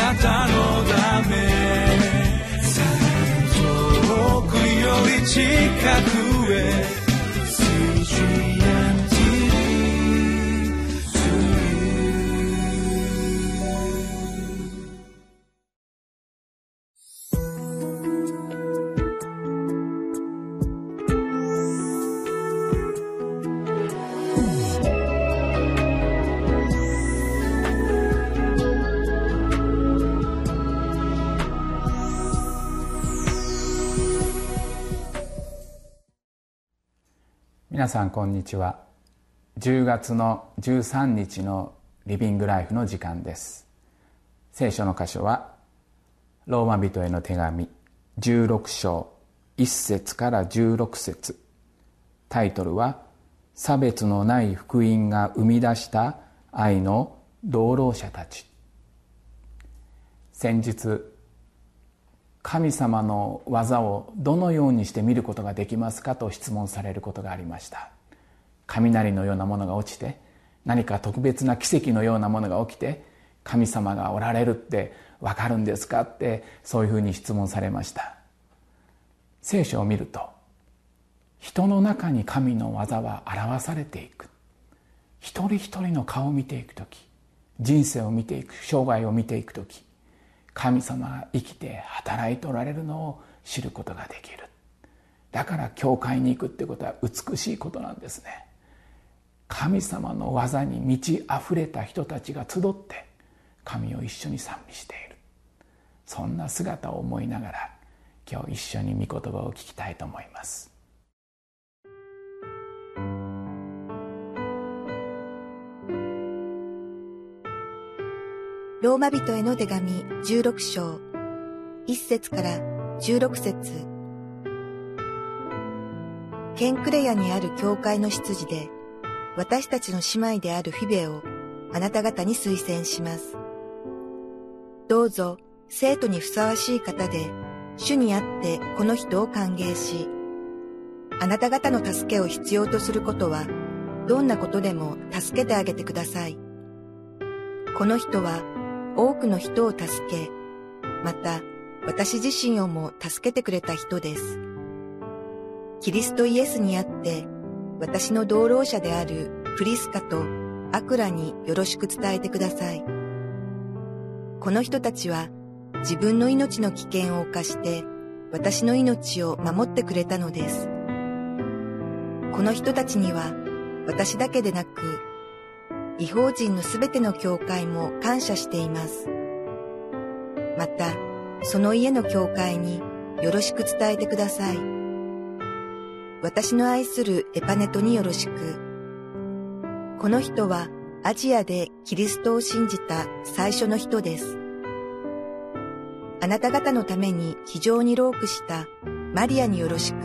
なたのため、遠くより近くへ皆さんこんにちは。10月の13日のリビングライフの時間です。聖書の箇所はローマ人への手紙16章1節から16節。タイトルは差別のない福音が生み出した愛の同労者たち。先日、神様の技をどのようにして見ることができますかと質問されることがありました。雷のようなものが落ちて、何か特別な奇跡のようなものが起きて、神様がおられるって分かるんですかって、そういうふうに質問されました。聖書を見ると、人の中に神の技は表されていく。一人一人の顔を見ていくとき、人生を見ていく、生涯を見ていくとき、神様が生きて働いておられるのを知ることができる。だから教会に行くってことは美しいことなんですね。神様の技に満ち溢れた人たちが集って神を一緒に賛美している。そんな姿を思いながら今日一緒に御言葉を聞きたいと思います。 ローマ人への手紙16章1節から16節。ケンクレヤにある教会の執事で、私たちの姉妹であるフィベをあなた方に推薦します。どうぞ生徒にふさわしい方で、主にあってこの人を歓迎し、あなた方の助けを必要とすることは、どんなことでも助けてあげてください。この人は多くの人を助け、また私自身をも助けてくれた人です。キリストイエスにあって、私の同労者であるプリスカとアクラによろしく伝えてください。この人たちは自分の命の危険を冒して私の命を守ってくれたのです。この人たちには私だけでなく、異邦人のすべての教会も感謝しています。また、その家の教会によろしく伝えてください。私の愛するエパネトによろしく。この人はアジアでキリストを信じた最初の人です。あなた方のために非常に労苦したマリアによろしく。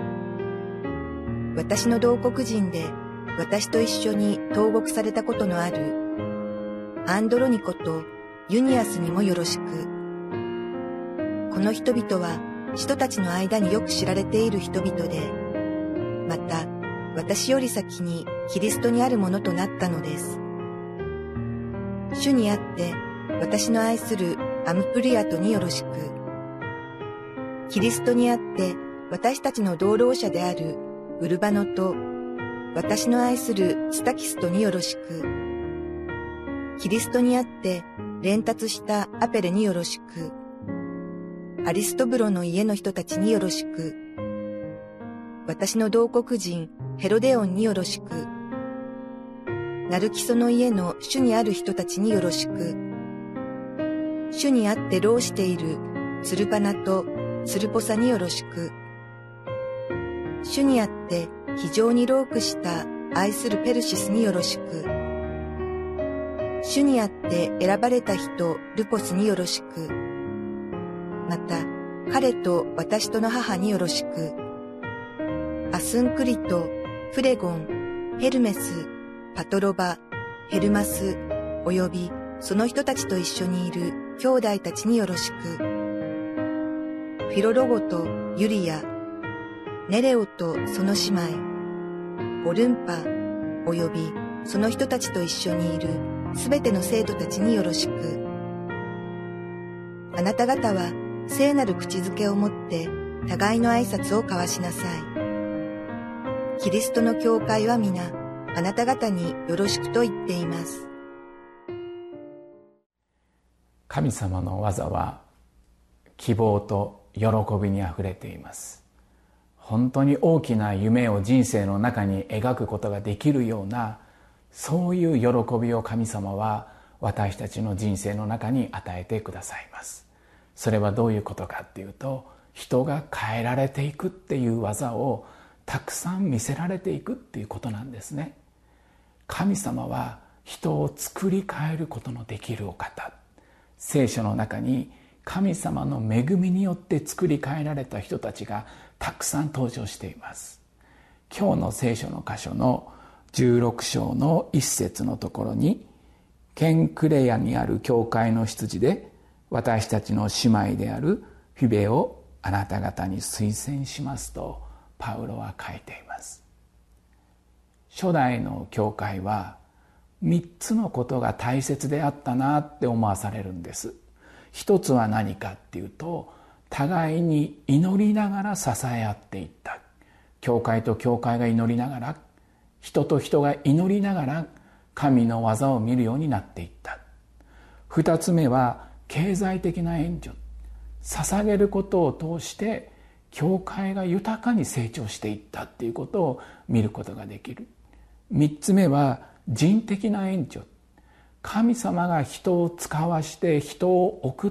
私の同国人で私と一緒に投獄されたことのあるアンドロニコとユニアスにもよろしく。この人々は人たちの間によく知られている人々で、また私より先にキリストにあるものとなったのです。主にあって私の愛するアムプリアトによろしく。キリストにあって私たちの同労者であるウルバノと私の愛するスタキストによろしく。キリストにあって伝達したアペレによろしく。アリストブロの家の人たちによろしく。私の同国人ヘロデオンによろしく。ナルキソの家の主にある人たちによろしく。主にあって労しているツルパナとツルポサによろしく。主にあって非常に労苦した愛するペルシスによろしく。主にあって選ばれた人ルポスによろしく。また彼と私との母によろしく。アスンクリト、フレゴン、ヘルメス、パトロバ、ヘルマス、およびその人たちと一緒にいる兄弟たちによろしく。フィロロゴとユリア、ネレオとその姉妹、オルンパ、およびその人たちと一緒にいるすべての生徒たちによろしく。 あなた方は聖なる口づけをもって互いの挨拶を交わしなさい。キリストの教会は皆あなた方によろしくと言っています。 神様の技は希望と喜びにあふれています。本当に大きな夢を人生の中に描くことができるような、そういう喜びを神様は私たちの人生の中に与えてくださいます。それはどういうことかっていうと、人が変えられていくっていう技をたくさん見せられていくっていうことなんですね。神様は人を作り変えることのできるお方。聖書の中に神様の恵みによって作り変えられた人たちがたくさん登場しています。今日の聖書の箇所の16章の1節のところに、ケンクレアにある教会の執事で私たちの姉妹であるフィベをあなた方に推薦しますとパウロは書いています。初代の教会は3つのことが大切であったなって思わされるんです。一つは何かっていうと、互いに祈りながら支え合っていった。教会と教会が祈りながら、人と人が祈りながら神の技を見るようになっていった。二つ目は経済的な援助。捧げることを通して教会が豊かに成長していったっていうことを見ることができる。三つ目は人的な援助。神様が人を使わして人を送って、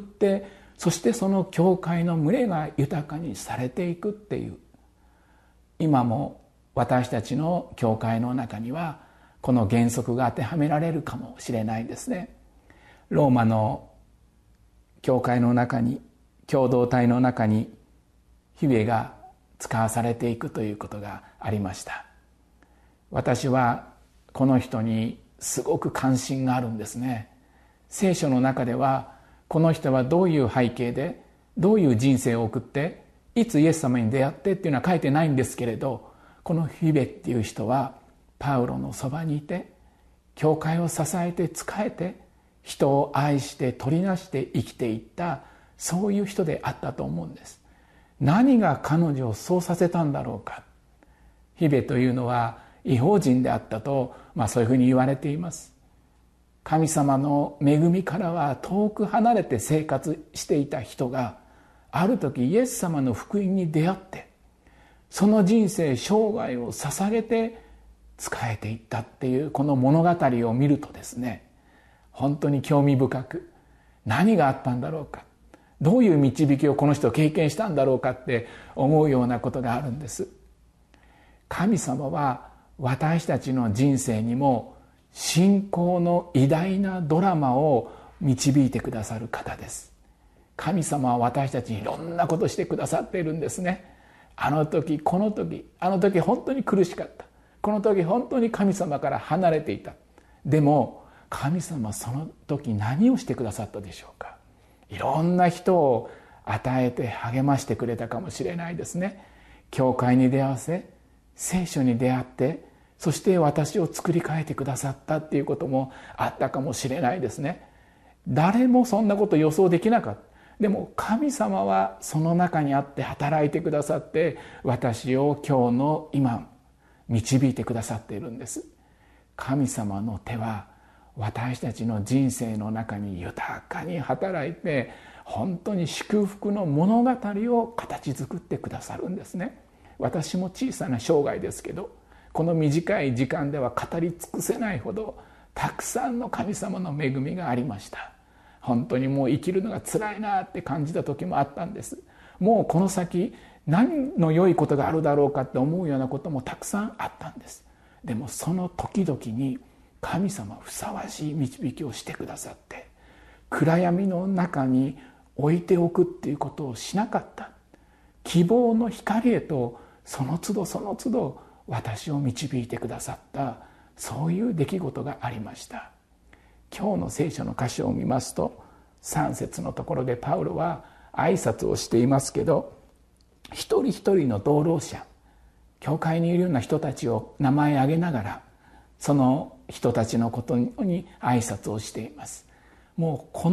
そしてその教会の群れが豊かにされていくっていう。今も私たちの教会の中にはこの原則が当てはめられるかもしれないですね。ローマの教会の中に、共同体の中にフィベが使わされていくということがありました。私はこの人にすごく関心があるんですね。聖書の中ではこの人はどういう背景でどういう人生を送っていつイエス様に出会ってっていうのは書いてないんですけれど、このフィベっていう人はパウロのそばにいて教会を支えて仕えて人を愛して取りなして生きていった、そういう人であったと思うんです。何が彼女をそうさせたんだろうか。フィベというのは異邦人であったと、そういうふうに言われています。神様の恵みからは遠く離れて生活していた人が、ある時イエス様の福音に出会って、その人生生涯を捧げて仕えていったっていうこの物語を見るとですね、本当に興味深く、何があったんだろうか、どういう導きをこの人経験したんだろうかって思うようなことがあるんです。神様は私たちの人生にも信仰の偉大なドラマを導いてくださる方です。神様は私たちにいろんなことしてくださっているんですね。あの時この時、あの時本当に苦しかった、この時本当に神様から離れていた。でも神様はその時何をしてくださったでしょうか。いろんな人を与えて励ましてくれたかもしれないですね。教会に出会わせ、聖書に出会って、そして私を作り変えてくださったっていうこともあったかもしれないですね。誰もそんなこと予想できなかった。でも神様はその中にあって働いてくださって、私を今日の今導いてくださっているんです。神様の手は私たちの人生の中に豊かに働いて、本当に祝福の物語を形作ってくださるんですね。私も小さな生涯ですけど、この短い時間では語り尽くせないほどたくさんの神様の恵みがありました。本当にもう生きるのが辛いなって感じた時もあったんです。もうこの先何の良いことがあるだろうかって思うようなこともたくさんあったんです。でもその時々に神様ふさわしい導きをしてくださって、暗闇の中に置いておくっていうことをしなかった。希望の光へとその都度その都度私を導いてくださった、そういう出来事がありました。今日の聖書の箇所を見ますと、3節のところでパウロは挨拶をしていますけど、一人一人の同労者、教会にいるような人たちを名前挙げながら、その人たちのことに挨拶をしています。もうこの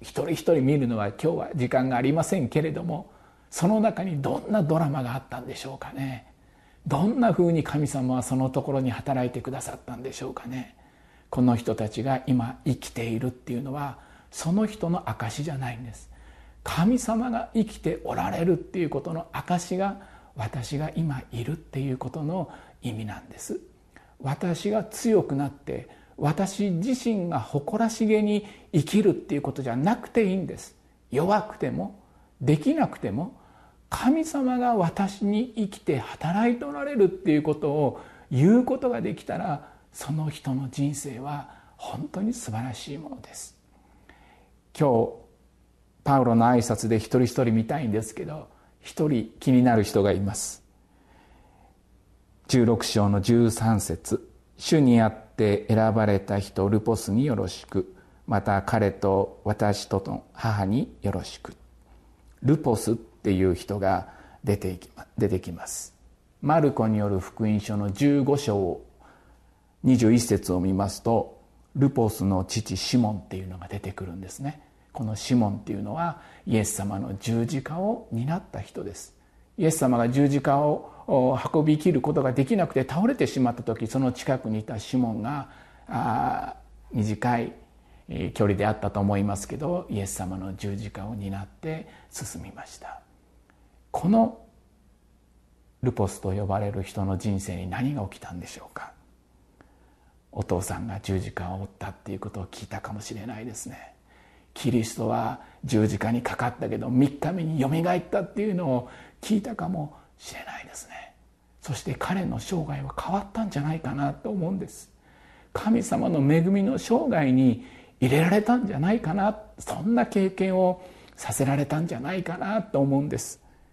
一人一人見るのは今日は時間がありませんけれども、その中にどんなドラマがあったんでしょうかね。どんなふうに神様はそのところに働いてくださったんでしょうかね。この人たちが今生きているっていうのはその人の証じゃないんです。神様が生きておられるっていうことの証が私が今いるっていうことの意味なんです。私が強くなって私自身が誇らしげに生きるっていうことじゃなくていいんです。弱くてもできなくても神様が私に生きて働いておられるっていうことを言うことができたら、その人の人生は本当に素晴らしいものです。今日パウロの挨拶で一人一人見たいんですけど、一人気になる人がいます。16章の13節、主にあって選ばれた人ルポスによろしく、また彼と私との母によろしく。ルポスっていう人が出てきます。マルコによる福音書の15章21節を見ますと、ルポスの父シモンっていうのが出てくるんですね。このシモンっていうのはイエス様の十字架を担った人です。イエス様が十字架を運び切ることができなくて倒れてしまった時、その近くにいたシモンが短い距離であったと思いますけど、イエス様の十字架を担って進みました。このルポスと呼ばれる人の人生に何が起きたんでしょうか。お父さんが十字架を負ったっていうことを聞いたかもしれないですね。キリストは十字架にかかったけど3日目によみがえったっていうのを聞いたかもしれないですね。そして彼の生涯は変わったんじゃないかなと思うんです。神様の恵みの生涯に入れられたんじゃないかな、そんな経験をさせられたんじゃないかなと思うんです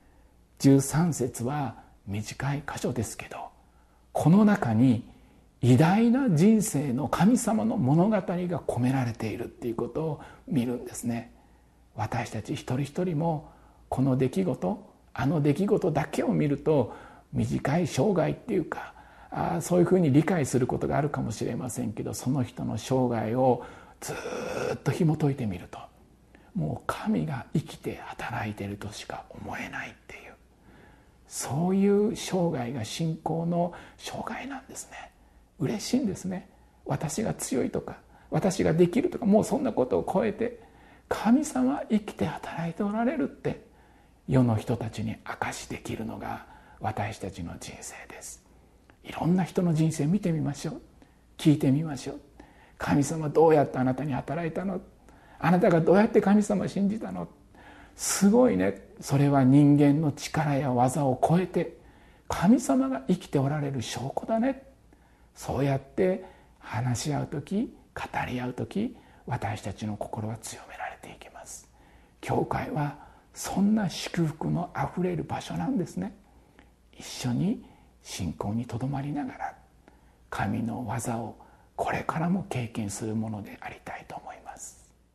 。13節は短い箇所ですけど、この中に偉大な人生の神様の物語が込められているっていうことを見るんですね。私たち一人一人もこの出来事、あの出来事だけを見ると短い生涯っていうか、そういうふうに理解することがあるかもしれませんけど、その人の生涯をずっと紐解いてみると、もう神が生きて働いているとしか思えないっていう、そういう生涯が信仰の生涯なんですね。嬉しいんですね。私が強いとか私ができるとか、もうそんなことを超えて神様生きて働いておられるって世の人たちに証しできるのが私たちの人生です。いろんな人の人生を見てみましょう。聞いてみましょう。神様どうやってあなたに働いたの、あなたがどうやって神様を信じたの、すごいね。それは人間の力や技を超えて神様が生きておられる証拠だね。そうやって話し合う時、語り合う時、私たちの心は強められていきます。教会はそんな祝福のあふれる場所なんですね。一緒に信仰にとどまりながら神の技をこれからも経験するものでありたいと思います。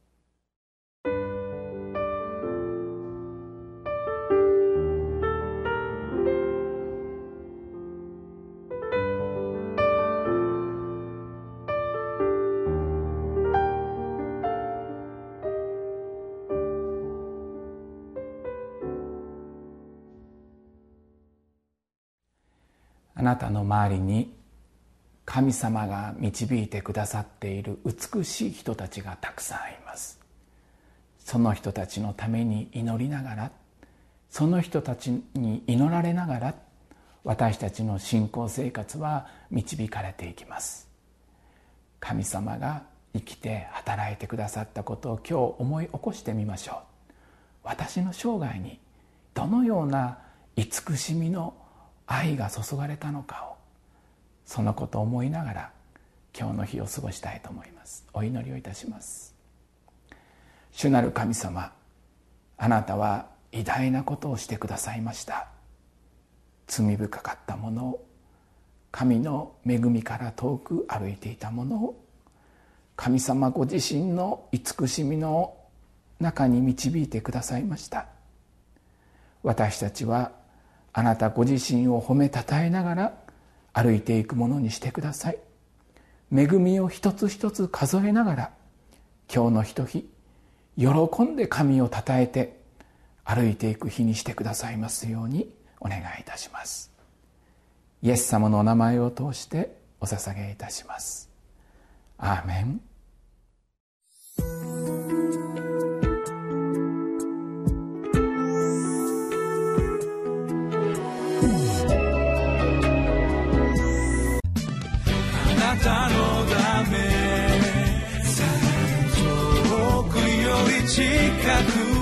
あなたの周りに神様が導いてくださっている美しい人たちがたくさんいます。その人たちのために祈りながら、その人たちに祈られながら、私たちの信仰生活は導かれていきます。神様が生きて働いてくださったことを今日思い起こしてみましょう。私の生涯にどのような慈しみの愛が注がれたのかを、そのことを思いながら今日の日を過ごしたいと思います。お祈りをいたします。主なる神様、あなたは偉大なことをしてくださいました。罪深かったものを、神の恵みから遠く歩いていたものを、神様ご自身の慈しみの中に導いてくださいました。私たちはあなたご自身を褒めたたえながら歩いていくものにしてください。恵みを一つ一つ数えながら、今日のひと日、 喜んで神を称えて歩いていく日にしてくださいますようにお願いいたします。イエス様のお名前を通してお捧げいたします。アーメン。 あなたのため遠くより近く